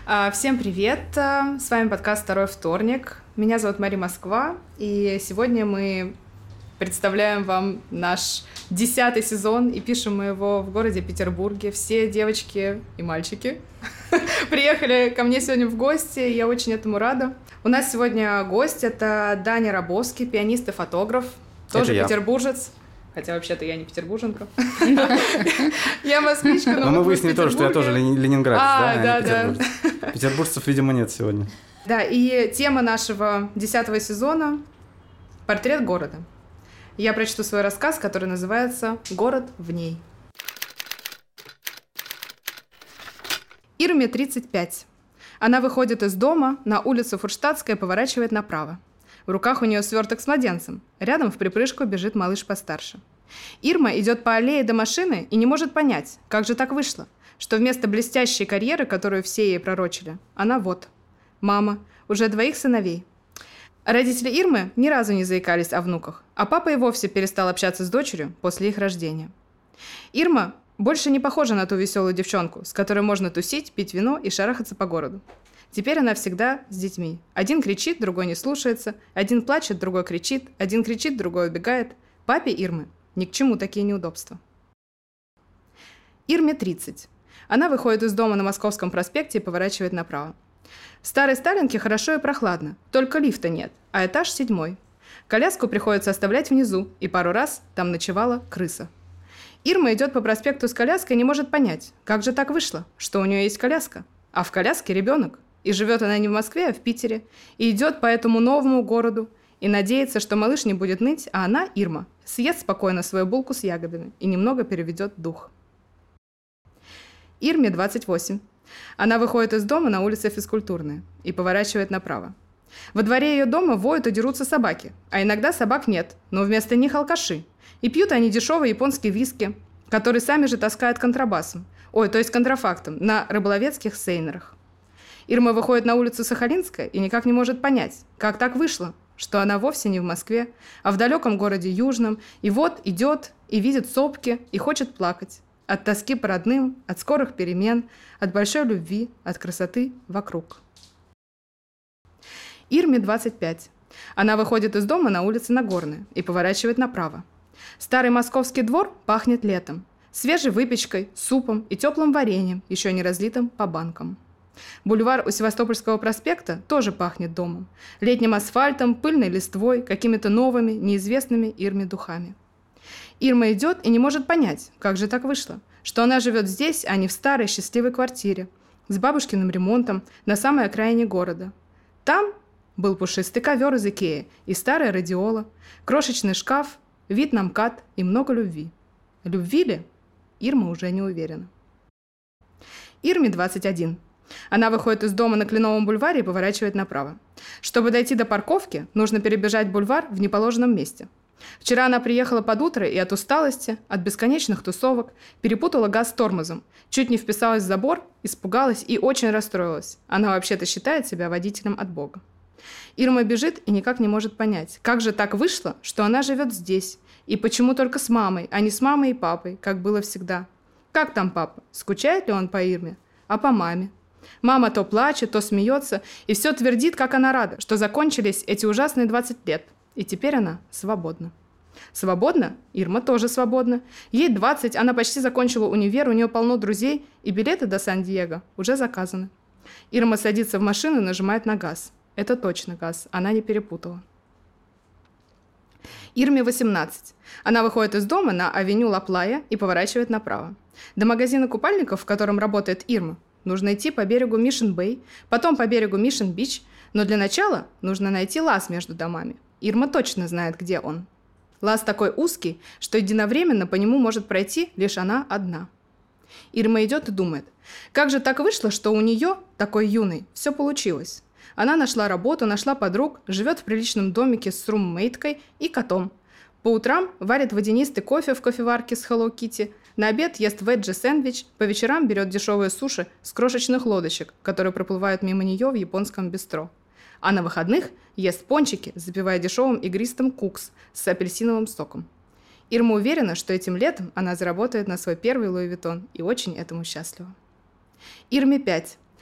Всем привет! С вами подкаст «Второй вторник». Меня зовут Мария Москва, и сегодня мы представляем вам наш 10-й сезон, и пишем мы его в городе Петербурге. Все девочки и мальчики приехали ко мне сегодня в гости, и я очень этому рада. У нас сегодня гость — это Даня Рабовский, пианист и фотограф, тоже петербуржец. Хотя вообще-то я не петербурженка. Я москвичка, но мы выяснили тоже, что я тоже ленинградец, да, да. Петербуржцев, видимо, нет сегодня. Да, и тема нашего 10-го сезона — портрет города. Я прочту свой рассказ, который называется «Город в ней». Ирме 35. Она выходит из дома, на улицу Фурштадтская, поворачивает направо. В руках у нее сверток с младенцем. Рядом в припрыжку бежит малыш постарше. Ирма идет по аллее до машины и не может понять, как же так вышло, что вместо блестящей карьеры, которую все ей пророчили, она вот. Мама, уже 2 сыновей. Родители Ирмы ни разу не заикались о внуках, а папа и вовсе перестал общаться с дочерью после их рождения. Ирма больше не похожа на ту веселую девчонку, с которой можно тусить, пить вино и шарахаться по городу. Теперь она всегда с детьми. Один кричит, другой не слушается. Один плачет, другой кричит. Один кричит, другой убегает. Папе Ирмы ни к чему такие неудобства. Ирме 30. Она выходит из дома на Московском проспекте и поворачивает направо. В старой Сталинке хорошо и прохладно, только лифта нет, а этаж 7. Коляску приходится оставлять внизу, и пару раз там ночевала крыса. Ирма идет по проспекту с коляской и не может понять, как же так вышло, что у нее есть коляска, а в коляске ребенок. И живет она не в Москве, а в Питере. И идет по этому новому городу. И надеется, что малыш не будет ныть, а она, Ирма, съест спокойно свою булку с ягодами и немного переведет дух. Ирме 28. Она выходит из дома на улице Физкультурная и поворачивает направо. Во дворе ее дома воют и дерутся собаки. А иногда собак нет, но вместо них алкаши. И пьют они дешевые японские виски, которые сами же таскают контрабасом. То есть контрафактом, на рыболовецких сейнерах. Ирма выходит на улицу Сахалинская и никак не может понять, как так вышло, что она вовсе не в Москве, а в далеком городе Южном, и вот идет и видит сопки и хочет плакать. От тоски по родным, от скорых перемен, от большой любви, от красоты вокруг. Ирме 25. Она выходит из дома на улице Нагорная и поворачивает направо. Старый московский двор пахнет летом, свежей выпечкой, супом и теплым вареньем, еще не разлитым по банкам. Бульвар у Севастопольского проспекта тоже пахнет домом, летним асфальтом, пыльной листвой, какими-то новыми, неизвестными Ирме духами. Ирма идет и не может понять, как же так вышло, что она живет здесь, а не в старой счастливой квартире, с бабушкиным ремонтом на самой окраине города. Там был пушистый ковер из Икеи и старая радиола, крошечный шкаф, вид на МКАД и много любви. Любви ли? Ирма уже не уверена. Ирме 21. Она выходит из дома на Кленовом бульваре и поворачивает направо. Чтобы дойти до парковки, нужно перебежать бульвар в неположенном месте. Вчера она приехала под утро и от усталости, от бесконечных тусовок, перепутала газ с тормозом, чуть не вписалась в забор, испугалась и очень расстроилась. Она вообще-то считает себя водителем от Бога. Ирма бежит и никак не может понять, как же так вышло, что она живет здесь, и почему только с мамой, а не с мамой и папой, как было всегда. Как там папа? Скучает ли он по Ирме? А по маме? Мама то плачет, то смеется, и все твердит, как она рада, что закончились эти ужасные 20 лет, и теперь она свободна. Свободна? Ирма тоже свободна. Ей 20, она почти закончила универ, у нее полно друзей, и билеты до Сан-Диего уже заказаны. Ирма садится в машину и нажимает на газ. Это точно газ, она не перепутала. Ирме 18. Она выходит из дома на авеню Ла-Плая и поворачивает направо. До магазина купальников, в котором работает Ирма, нужно идти по берегу Мишн-Бэй, потом по берегу Мишн-Бич, но для начала нужно найти лаз между домами. Ирма точно знает, где он. Лаз такой узкий, что единовременно по нему может пройти лишь она одна. Ирма идет и думает, как же так вышло, что у нее, такой юной, все получилось. Она нашла работу, нашла подруг, живет в приличном домике с руммейткой и котом. По утрам варит водянистый кофе в кофеварке с Hello Kitty, на обед ест веджи-сэндвич, по вечерам берет дешевые суши с крошечных лодочек, которые проплывают мимо нее в японском бистро. А на выходных ест пончики, запивая дешевым игристым кукс с апельсиновым соком. Ирма уверена, что этим летом она заработает на свой первый Луи Виттон и очень этому счастлива. Ирме 5.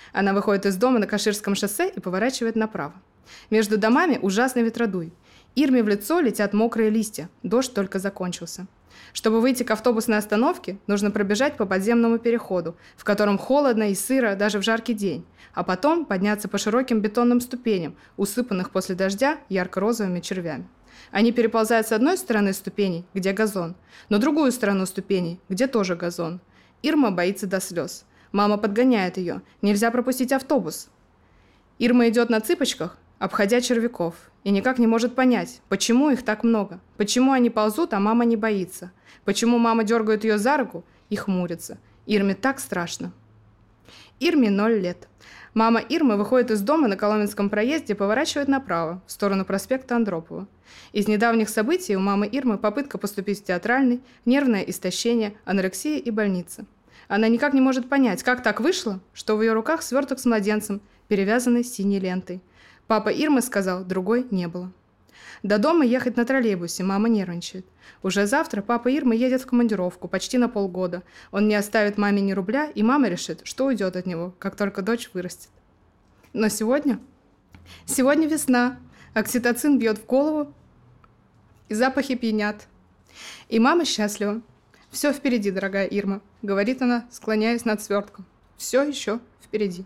Она выходит из дома на Каширском шоссе и поворачивает направо. Между домами ужасный ветродуй. Ирме в лицо летят мокрые листья. Дождь только закончился. Чтобы выйти к автобусной остановке, нужно пробежать по подземному переходу, в котором холодно и сыро даже в жаркий день, а потом подняться по широким бетонным ступеням, усыпанных после дождя ярко-розовыми червями. Они переползают с одной стороны ступеней, где газон, на другую сторону ступеней, где тоже газон. Ирма боится до слез. Мама подгоняет ее. Нельзя пропустить автобус. Ирма идет на цыпочках, обходя червяков, и никак не может понять, почему их так много, почему они ползут, а мама не боится, почему мама дергает ее за руку и хмурится. Ирме так страшно. Ирме 0 лет. Мама Ирмы выходит из дома на Коломенском проезде и поворачивает направо, в сторону проспекта Андропова. Из недавних событий у мамы Ирмы попытка поступить в театральный, нервное истощение, анорексия и больница. Она никак не может понять, как так вышло, что в ее руках сверток с младенцем, перевязанный синей лентой. Папа Ирмы сказал, другой не было. До дома ехать на троллейбусе, мама нервничает. Уже завтра папа Ирмы едет в командировку, почти на полгода. Он не оставит маме ни рубля, и мама решит, что уйдет от него, как только дочь вырастет. Но сегодня весна, окситоцин бьет в голову, и запахи пьянят. И мама счастлива. «Все впереди, дорогая Ирма», — говорит она, склоняясь над свертком. «Все еще впереди».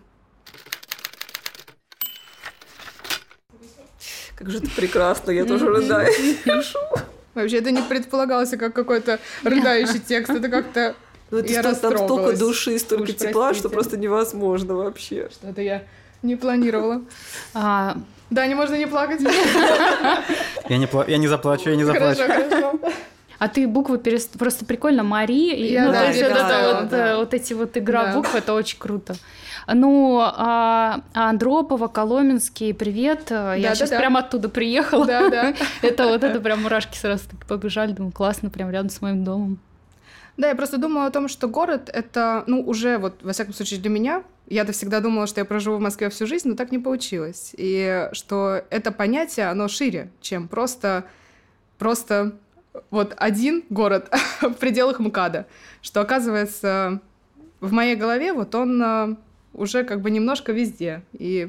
Как же это прекрасно, я тоже рыдаю. Вообще, это не предполагалось как какой-то рыдающий текст, это как-то я Там растрогалась. столько души, столько Уж тепла, простите. что просто невозможно вообще. Что-то я не планировала. Да, не можно не плакать. Я не заплачу, я не заплачу. Хорошо. А ты буквы просто прикольно, Мари, Я, да, то есть переставила, да. вот эти вот игра Да. букв, это очень круто. Ну, Андропова, Коломенский, привет, я сейчас да. прямо оттуда приехала. Да. Это прям мурашки сразу таки побежали, думаю, классно, прям рядом с моим домом. Да, я просто думала о том, что город — это, уже вот, во всяком случае, для меня, я-то всегда думала, что я проживу в Москве всю жизнь, но так не получилось. И что это понятие, оно шире, чем просто вот один город в пределах МКАДа. Что, оказывается, в моей голове вот он уже как бы немножко везде. И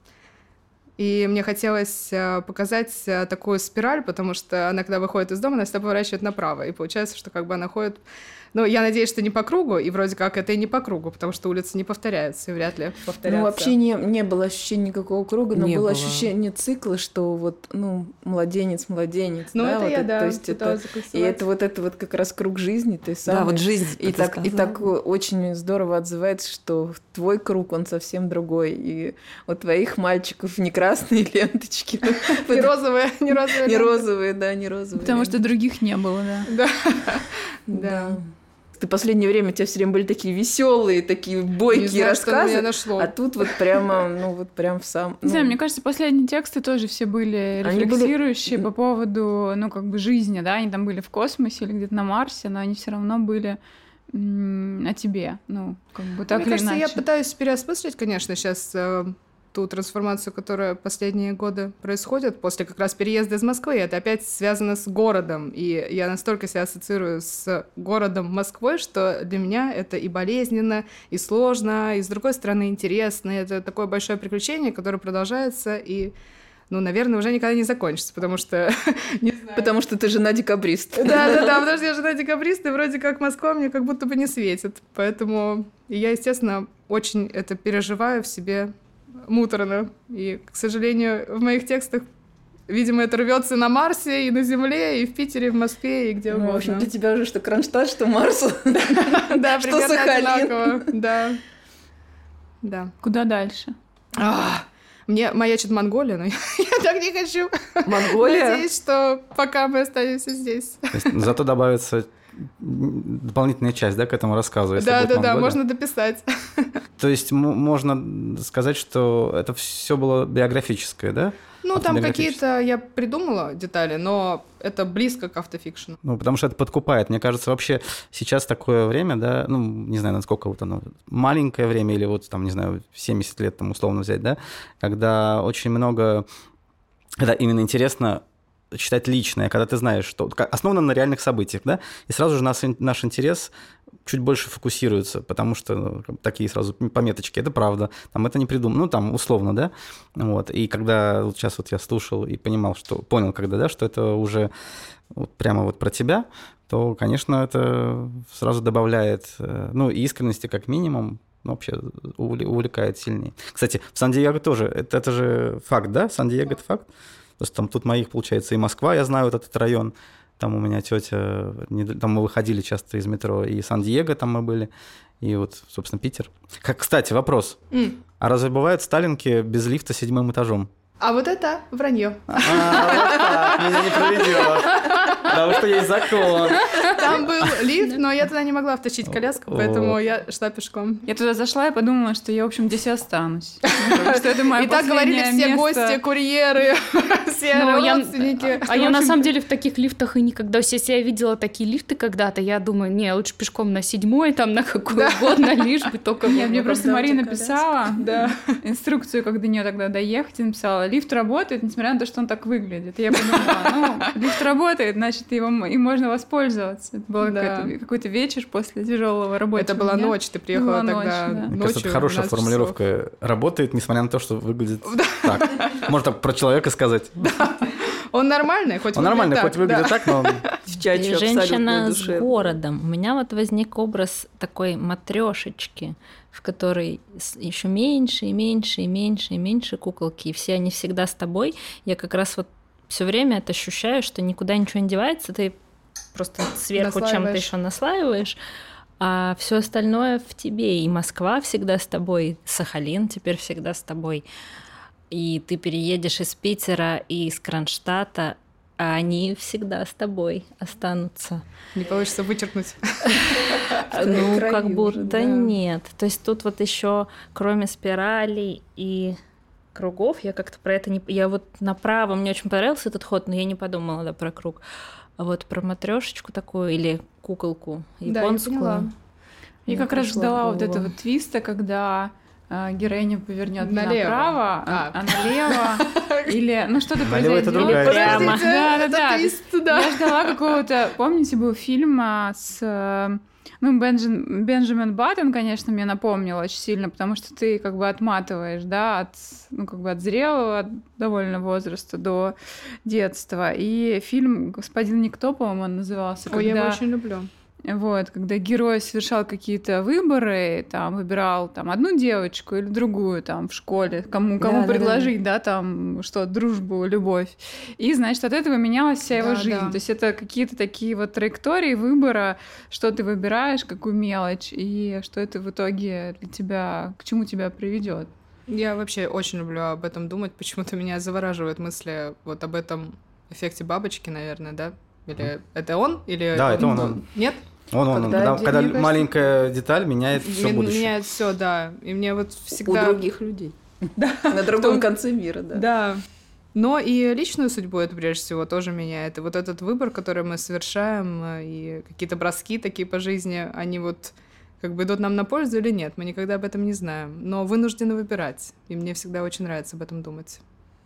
мне хотелось показать такую спираль, потому что она, когда выходит из дома, она всегда поворачивает направо. И получается, что как бы она ходит... я надеюсь, что не по кругу, и вроде как это и не по кругу, потому что улицы не повторяются, и вряд ли повторятся. Вообще не было ощущения никакого круга, но Не было было. ощущение цикла, что вот, младенец. Это вот я, то есть пыталась это, закольцевать. и это вот как раз круг жизни, ты сам. Да, вот жизнь. И ты так сказала. очень здорово отзывается, что твой круг, он совсем другой. И у твоих мальчиков не красные ленточки. Не розовые. Не розовые, да, не розовые. Потому что других не было, да. Да. Ты в последнее время, у тебя все время были такие веселые, такие Не бойкие знаю, что на меня рассказы. нашло. А тут вот прямо, прям в сам... Не знаю, мне кажется, последние тексты тоже все были Они были- рефлексирующие по поводу, жизни, да, они там были в космосе или где-то на Марсе, но они все равно были о тебе, так Мне или кажется, иначе. я пытаюсь переосмыслить, конечно, сейчас ту трансформацию, которая последние годы происходит после как раз переезда из Москвы. Это опять связано с городом. И я настолько себя ассоциирую с городом Москвой, что для меня это и болезненно, и сложно, и, с другой стороны, интересно. Это такое большое приключение, которое продолжается и, наверное, уже никогда не закончится, потому что... не знаю. Потому что ты жена декабрист. Да, потому что я жена декабриста, и вроде как Москва мне как будто бы не светит. Поэтому я, естественно, очень это переживаю в себе муторно. И, к сожалению, в моих текстах, видимо, это рвется на Марсе, и на Земле, и в Питере, и в Москве, и где угодно. В общем, для тебя уже что Кронштадт, что Марс. Да, что примерно Сахалин. одинаково. Да. Куда дальше? Мне маячит Монголия, но я так не хочу. Монголия? Надеюсь, что пока мы останемся здесь. То есть зато добавится дополнительная часть, да, к этому рассказу. Если будет Да, Монголия. можно дописать. То есть можно сказать, что это все было биографическое, да? Там Автобиографическое. какие-то я придумала детали, но это близко к автофикшену. Потому что это подкупает. Мне кажется, вообще сейчас такое время, да, не знаю, насколько вот оно, маленькое время или вот там, не знаю, 70 лет там условно взять, да, когда очень много, когда именно интересно читать личное, когда ты знаешь, что основано на реальных событиях, да, и сразу же наш интерес чуть больше фокусируется, потому что такие сразу пометочки, это правда, там это не придумано, ну, там, условно, да, вот, и когда вот сейчас вот я слушал и понял, когда, да, что это уже вот прямо вот про тебя, то, конечно, это сразу добавляет, ну, искренности как минимум, ну, вообще увлекает сильнее. Кстати, в Сан-Диего тоже, это же факт, да, Сан-Диего это факт, то есть там тут моих, получается, и Москва, я знаю вот этот район, там у меня тетя, там мы выходили часто из метро, и Сан-Диего там мы были, и вот, собственно, Питер. Кстати, вопрос. А разве бывают сталинки без лифта 7-м этажом? А вот это вранье. Вот так, меня не проведет. Потому что есть закон. Там был лифт, но я туда не могла втащить коляску, поэтому я шла пешком. Я туда зашла и подумала, что я, в общем, здесь и останусь. Что это мое И так говорили все гости, курьеры, все родственники. А я на самом деле в таких лифтах и никогда... Если я видела такие лифты когда-то, я думаю, не, лучше пешком на 7-й, там на какой угодно, лишь бы только... Нет, мне просто Марина писала инструкцию, как до нее тогда доехать, и написала, лифт работает, несмотря на то, что он так выглядит. И я подумала, лифт работает, значит, им можно воспользоваться. Это был какой-то вечер после тяжелого рабочего дня. Это была ночь, ты приехала тогда ночью. Мне кажется, это хорошая формулировка. Работает, несмотря на то, что выглядит так. Можно так про человека сказать. Он нормальный, хоть выглядит так, но... В чаче женщина с городом. У меня вот возник образ такой матрёшечки, в которой еще меньше и меньше и меньше и меньше куколки, и все они всегда с тобой. Я как раз вот все время это ощущаю, что никуда ничего не девается, ты просто сверху чем-то еще наслаиваешь, а все остальное в тебе. И Москва всегда с тобой, Сахалин теперь всегда с тобой. И ты переедешь из Питера и из Кронштадта, а они всегда с тобой останутся. Не получится вычеркнуть. Ну, как будто нет. То есть тут вот еще, кроме спиралей и кругов, я как-то про это не... Я вот направо, мне очень понравился этот ход, но я не подумала, про круг. А вот про матрёшечку такую или куколку японскую. Да, я как раз ждала вот этого твиста, когда героиня повернет направо, а налево, или что-то произойдет. Это другая прямо. Да. Я ждала какого-то... Помните, был фильм с... Бенджамин Баттон, конечно, мне напомнил очень сильно, потому что ты как бы отматываешь, да, от зрелого, от довольно возраста до детства. И фильм «Господин Никто», по-моему, он назывался. Ой, я его очень люблю. Вот, когда герой совершал какие-то выборы, там, выбирал там, одну девочку или другую там, в школе, кому предложить, да, там, что, дружбу, любовь. И, значит, от этого менялась вся его жизнь. То есть это какие-то такие вот траектории выбора, что ты выбираешь, какую мелочь, и что это в итоге для тебя, к чему тебя приведет. Я вообще очень люблю об этом думать. Почему-то меня завораживают мысли вот об этом эффекте бабочки, наверное, да? Или это он? Или да, это он. Нет? Он. Когда маленькая деталь меняет все будущее. Меняет все, да. И мне вот всегда... У других людей. На другом конце мира, да. Да. Но и личную судьбу это прежде всего тоже меняет. И вот этот выбор, который мы совершаем, и какие-то броски такие по жизни, они вот как бы идут нам на пользу или нет, мы никогда об этом не знаем. Но вынуждены выбирать. И мне всегда очень нравится об этом думать.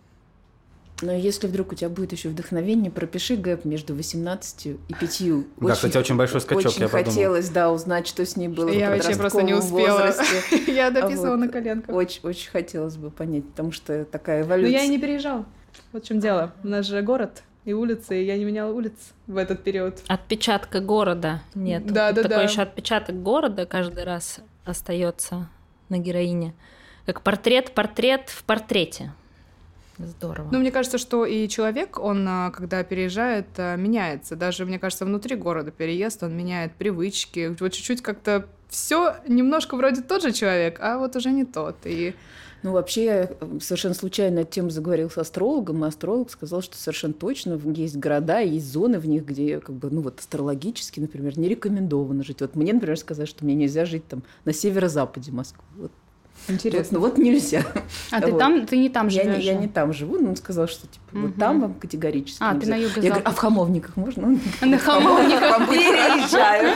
Но если вдруг у тебя будет еще вдохновение, пропиши гэп между 18 и 5. Да, кстати, очень большой скачок, очень я подумал. хотелось, да, узнать, что с ней было в подростковом возрасте. Я вообще просто не успела. Я дописывала на коленках. Очень хотелось бы понять, потому что такая эволюция. Но я и не переезжала. Вот в чем дело. У нас же город и улицы, и я не меняла улиц в этот период. Отпечатка города нет. Да. Такой еще отпечаток города каждый раз остается на героине. Как портрет в портрете. Здорово. Ну, мне кажется, что и человек, он, когда переезжает, меняется. Даже, мне кажется, внутри города переезд, он меняет привычки. Вот чуть-чуть как-то все немножко вроде тот же человек, а вот уже не тот. И... Ну, вообще, я совершенно случайно эту тему заговорил с астрологом, и астролог сказал, что совершенно точно есть города, есть зоны в них, где, как бы, ну, вот астрологически, например, не рекомендовано жить. Вот мне, например, сказали, что мне нельзя жить там на северо-западе Москвы. Вот. Интересно. Вот нельзя. А ты не там живешь? Я не там живу, но он сказал, что типа вот там вам категорически нельзя. Ты на юго-запад. Я говорю, а в Хамовниках можно? На Хамовниках переезжаю.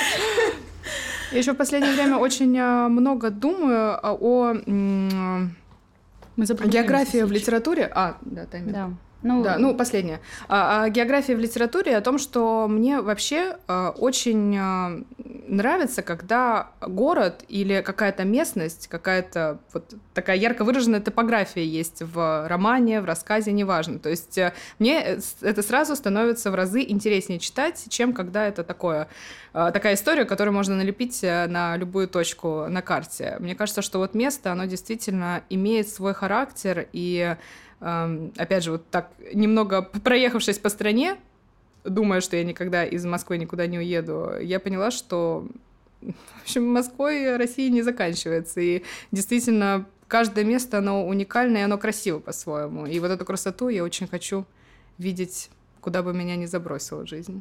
Я еще в последнее время очень много думаю о географии в литературе. Да, таймер. Да. Да, ну, последнее. О географии в литературе, о том, что мне вообще очень нравится, когда город или какая-то местность, какая-то вот такая ярко выраженная топография есть в романе, в рассказе, неважно. То есть мне это сразу становится в разы интереснее читать, чем когда это такая история, которую можно налепить на любую точку на карте. Мне кажется, что вот место, оно действительно имеет свой характер, и опять же, вот так, немного проехавшись по стране, думая, что я никогда из Москвы никуда не уеду, я поняла, что, в общем, Москвой Россия не заканчивается. И действительно, каждое место, оно уникальное, и оно красиво по-своему. И вот эту красоту я очень хочу видеть, куда бы меня ни забросила жизнь.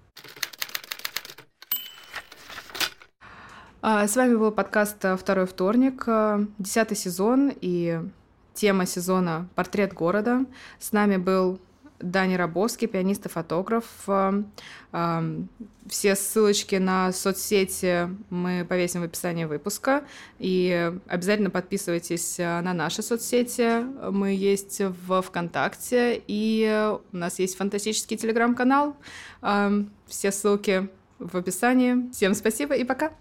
С вами был подкаст «Второй вторник», 10-й сезон, и тема сезона «Портрет города». С нами был Даня Рабовский, пианист и фотограф. Все ссылочки на соцсети мы повесим в описании выпуска. И обязательно подписывайтесь на наши соцсети. Мы есть в ВКонтакте, и у нас есть фантастический телеграм-канал. Все ссылки в описании. Всем спасибо и пока!